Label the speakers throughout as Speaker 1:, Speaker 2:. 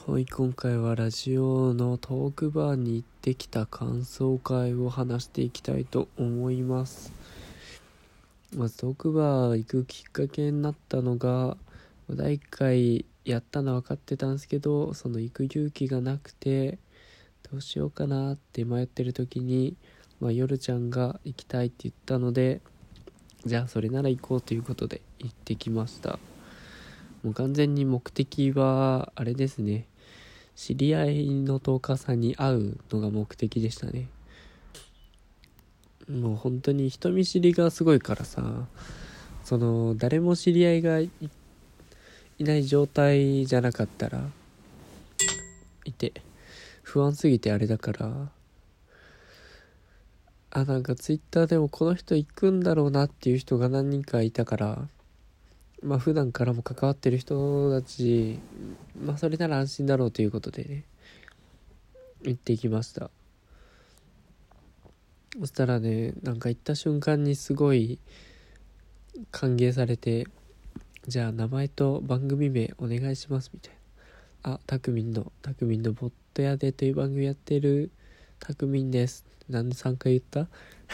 Speaker 1: はい、今回はラジオのトークバーに行ってきた感想会を話していきたいと思います。まずトークバー行くきっかけになったのが、第1回やったのは分かってたんですけど、その行く勇気がなくて、どうしようかなって迷ってる時に、夜ちゃんが行きたいって言ったので、じゃあそれなら行こうということで行ってきました。もう完全に目的はあれですね。知り合いのトーカーさんに会うのが目的でしたね。もう本当に人見知りがすごいからさ、誰も知り合いがいない状態じゃなかったらいて不安すぎてあれだから、なんかツイッターでもこの人行くんだろうなっていう人が何人かいたから、普段からも関わってる人たち、それなら安心だろうということでね、行ってきました。そしたらね、なんか行った瞬間にすごい歓迎されて、じゃあ名前と番組名お願いしますみたいな。たくみんのボット屋でという番組やってるたくみんです。なんで3回言った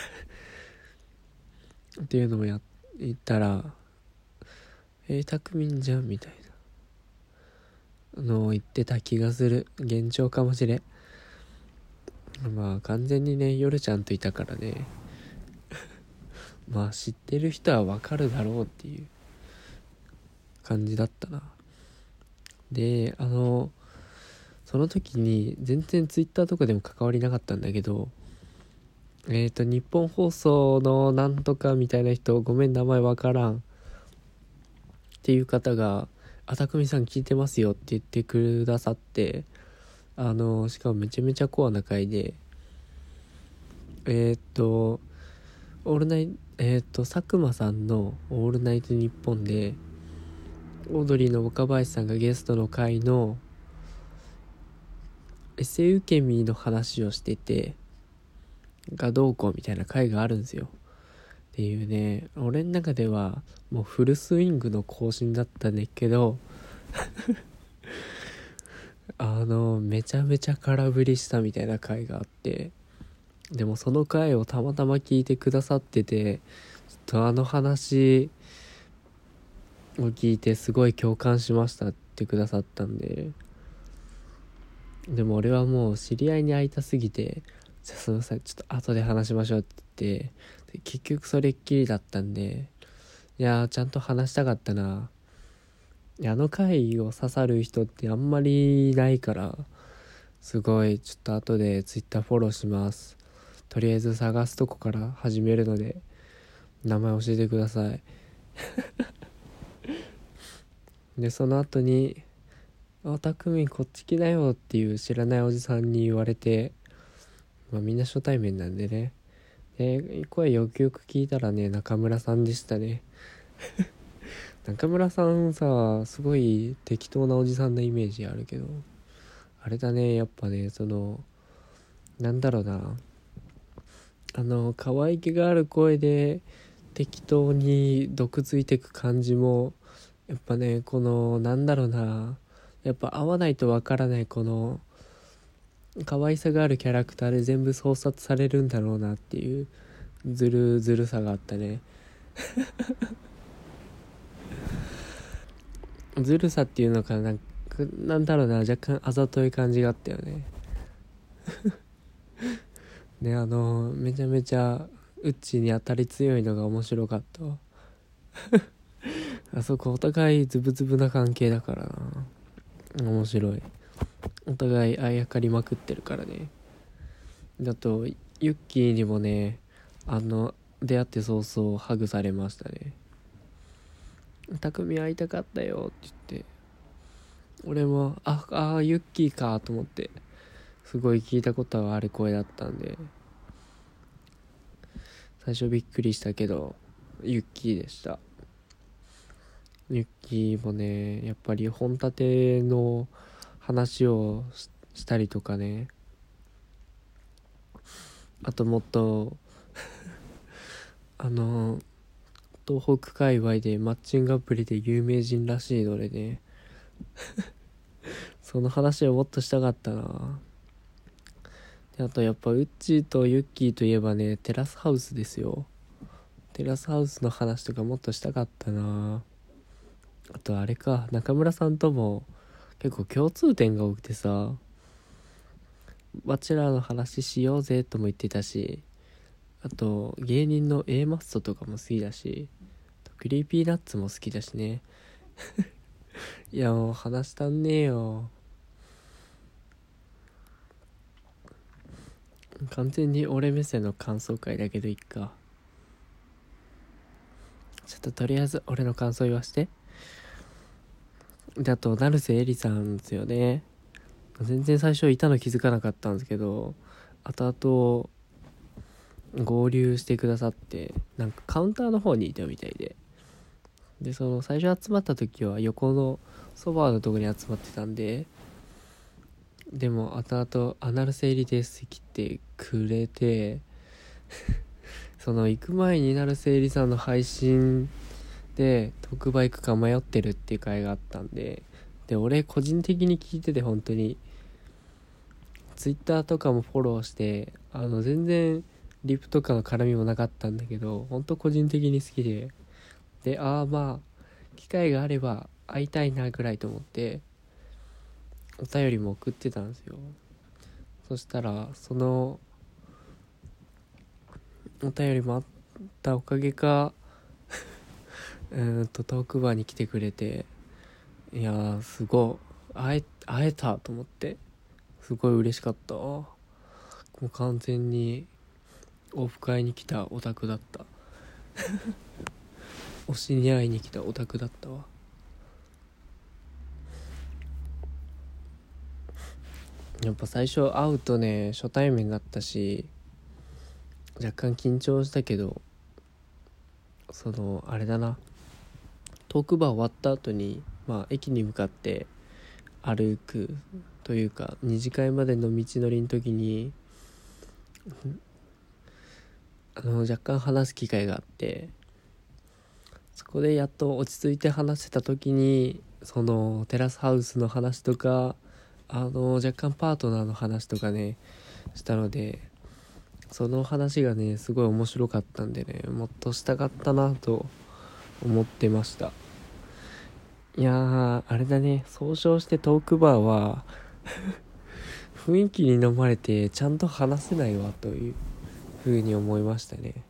Speaker 1: っていうのも言ったら、たくみんじゃんみたいなのを言ってた気がする。幻聴かもしれん。完全にね、夜ちゃんといたからね、知ってる人はわかるだろうっていう感じだったな。で、その時に全然ツイッターとかでも関わりなかったんだけど、日本放送のなんとかみたいな人、ごめん名前わからんっていう方が、たくみさん聞いてますよって言ってくださって、しかもめちゃめちゃコアな回で、オールナイ佐久間さんのオールナイトニッポンで、オードリーの若林さんがゲストの回のエセウケミの話をしてて、がどうこうみたいな回があるんですよ。っていうね、俺の中ではもうフルスイングの更新だったんだけどめちゃめちゃ空振りしたみたいな回があって、でもその回をたまたま聞いてくださってて、ちょっと話を聞いてすごい共感しましたってくださったんで、でも俺はもう知り合いに会いたすぎて、じゃあその際ちょっと後で話しましょうって言って、で結局それっきりだったんで、いやちゃんと話したかったな。あの回を刺さる人ってあんまりいないから、すごいちょっと後でツイッターフォローします。とりあえず探すとこから始めるので名前教えてください。でその後にたくみんこっち来なよっていう知らないおじさんに言われて、みんな初対面なんでね。で声よくよく聞いたらね、中村さんでしたね。中村さんさ、すごい適当なおじさんなイメージあるけど、あれだね、やっぱね、なんだろうな、可愛げがある声で適当に毒づいてく感じも、やっぱね、なんだろうな、やっぱ合わないとわからないこの可愛さがあるキャラクターで全部操作されるんだろうなっていうずるさがあったね。ずるさっていうのかなんだろうな、若干あざとい感じがあったよね。ね、めちゃめちゃウッチーに当たり強いのが面白かったわ。あそこお互いズブズブな関係だからな、面白い。お互いあやかりまくってるからね。だとユッキーにもね、出会って早々ハグされましたね。匠会いたかったよって言って、俺もユッキーかと思って、すごい聞いたことはある声だったんで、最初びっくりしたけどユッキーでした。ユッキーもね、やっぱり本立ての話をしたりとかね、あともっと東北界隈でマッチングアプリで有名人らしいのでねその話をもっとしたかったな。であとやっぱウッチーとユッキーといえばね、テラスハウスですよ。テラスハウスの話とかもっとしたかったな。あとあれか、中村さんとも結構共通点が多くてさ、バチェラーの話しようぜとも言ってたし、あと芸人の A マッソとかも好きだし、クリーピーナッツも好きだしね。いやもう話したんねえよ。完全に俺目線の感想会だけどいっか。ちょっととりあえず俺の感想言わして。であと成瀬えりさんですよね。全然最初いたの気づかなかったんですけど、後々合流してくださって、なんかカウンターの方にいたみたいで、その最初集まった時は横のソファーのとこに集まってたんで、でも後々アナルセイリですって来てくれてその行く前に成瀬えりさんの配信で特売行くか迷ってるっていう回があったんで、俺個人的に聞いてて、本当にツイッターとかもフォローして、全然リプとかの絡みもなかったんだけど、本当個人的に好きで、まあ機会があれば会いたいなぐらいと思ってお便りも送ってたんですよ。そしたらそのお便りもあったおかげかトークバーに来てくれて、いやーすごい会えたと思って、すごい嬉しかった。もう完全にオフ会に来たオタクだった推しに会いに来たオタクだったわ。やっぱ最初会うとね、初対面だったし若干緊張したけど、あれだな、トークバー終わった後に駅に向かって歩くというか二次会までの道のりの時に若干話す機会があって、そこでやっと落ち着いて話せた時にそのテラスハウスの話とか若干パートナーの話とかねしたので、その話がねすごい面白かったんでね、もっとしたかったなと思ってました。いやーあれだね、総称してトークバーは雰囲気に飲まれてちゃんと話せないわという風に思いましたね。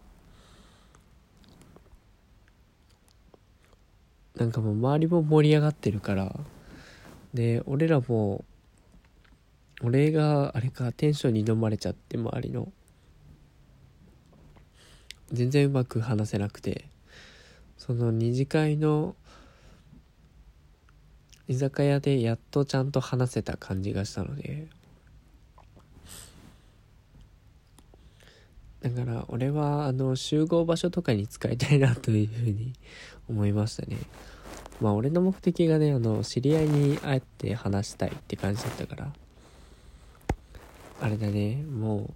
Speaker 1: なんかもう周りも盛り上がってるから、で俺らも俺があれかテンションに飲まれちゃって、周りの全然うまく話せなくて、その二次会の居酒屋でやっとちゃんと話せた感じがしたので、だから俺は集合場所とかに使いたいなというふうに思いましたね。俺の目的がね知り合いに会って話したいって感じだったから、あれだね、も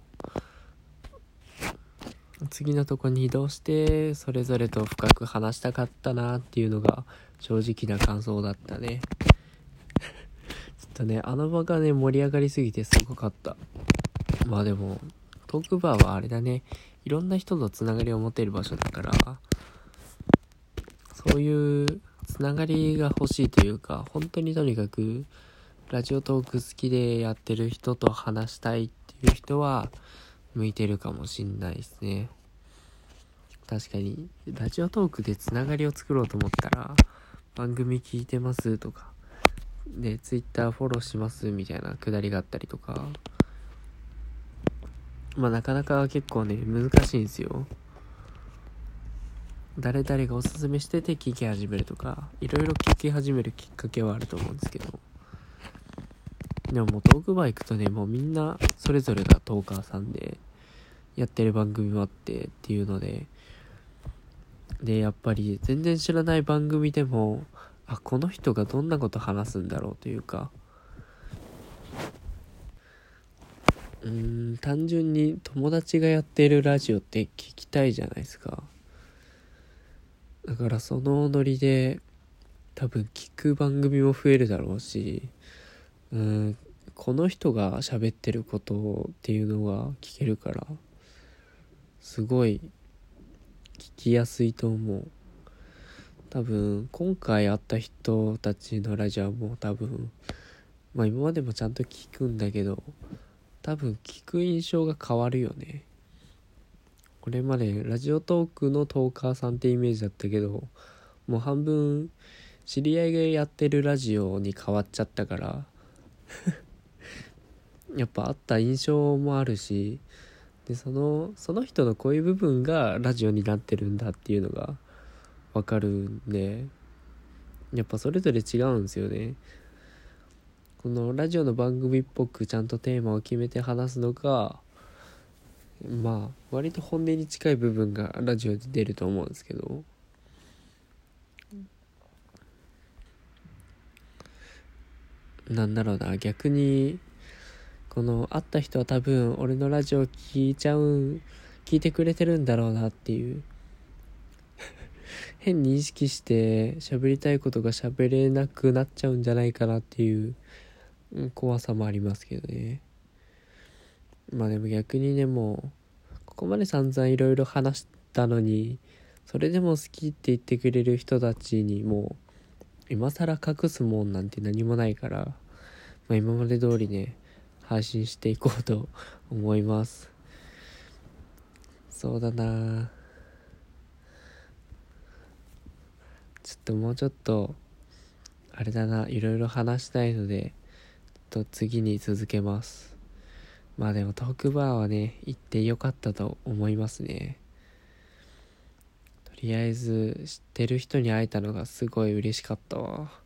Speaker 1: う次のとこに移動してそれぞれと深く話したかったなっていうのが正直な感想だったね。ちょっとね場がね盛り上がりすぎてすごかった。でもトークバーはあれだね、いろんな人とつながりを持てる場所だから、そういうつながりが欲しいというか、本当にとにかくラジオトーク好きでやってる人と話したいっていう人は向いてるかもしんないですね。確かにラジオトークでつながりを作ろうと思ったら、番組聞いてますとかでツイッターフォローしますみたいなくだりがあったりとか、なかなか結構ね難しいんですよ。誰々がおすすめしてて聞き始めるとか、いろいろ聞き始めるきっかけはあると思うんですけど、でももうトークバー行くとね、もうみんなそれぞれがトーカーさんでやってる番組もあってっていうので、やっぱり全然知らない番組でもこの人がどんなこと話すんだろうというか、単純に友達がやってるラジオって聞きたいじゃないですか。だからそのノリで多分聞く番組も増えるだろうし、 この人が喋ってることっていうのが聞けるから、すごい聞きやすいと思う。多分今回会った人たちのラジオも多分今までもちゃんと聞くんだけど、多分聞く印象が変わるよね。これまでラジオトークのトーカーさんってイメージだったけど、もう半分知り合いがやってるラジオに変わっちゃったからやっぱあった印象もあるし、でその人のこういう部分がラジオになってるんだっていうのがわかるんで、やっぱそれぞれ違うんですよね。このラジオの番組っぽくちゃんとテーマを決めて話すのが、まあ割と本音に近い部分がラジオで出ると思うんですけど、なんだろうな、逆にこの会った人は多分俺のラジオ聞いてくれてるんだろうなっていう変に意識して喋りたいことが喋れなくなっちゃうんじゃないかなっていう怖さもありますけどね。まあでも逆にね、もうここまで散々いろいろ話したのに、それでも好きって言ってくれる人たちにもう今更隠すもんなんて何もないから、まあ、今まで通りね配信していこうと思います。そうだな、ちょっともうちょっとあれだな、いろいろ話したいので次に続けます。まあでもトークバーはね行ってよかったと思いますね。とりあえず知ってる人に会えたのがすごい嬉しかったわ。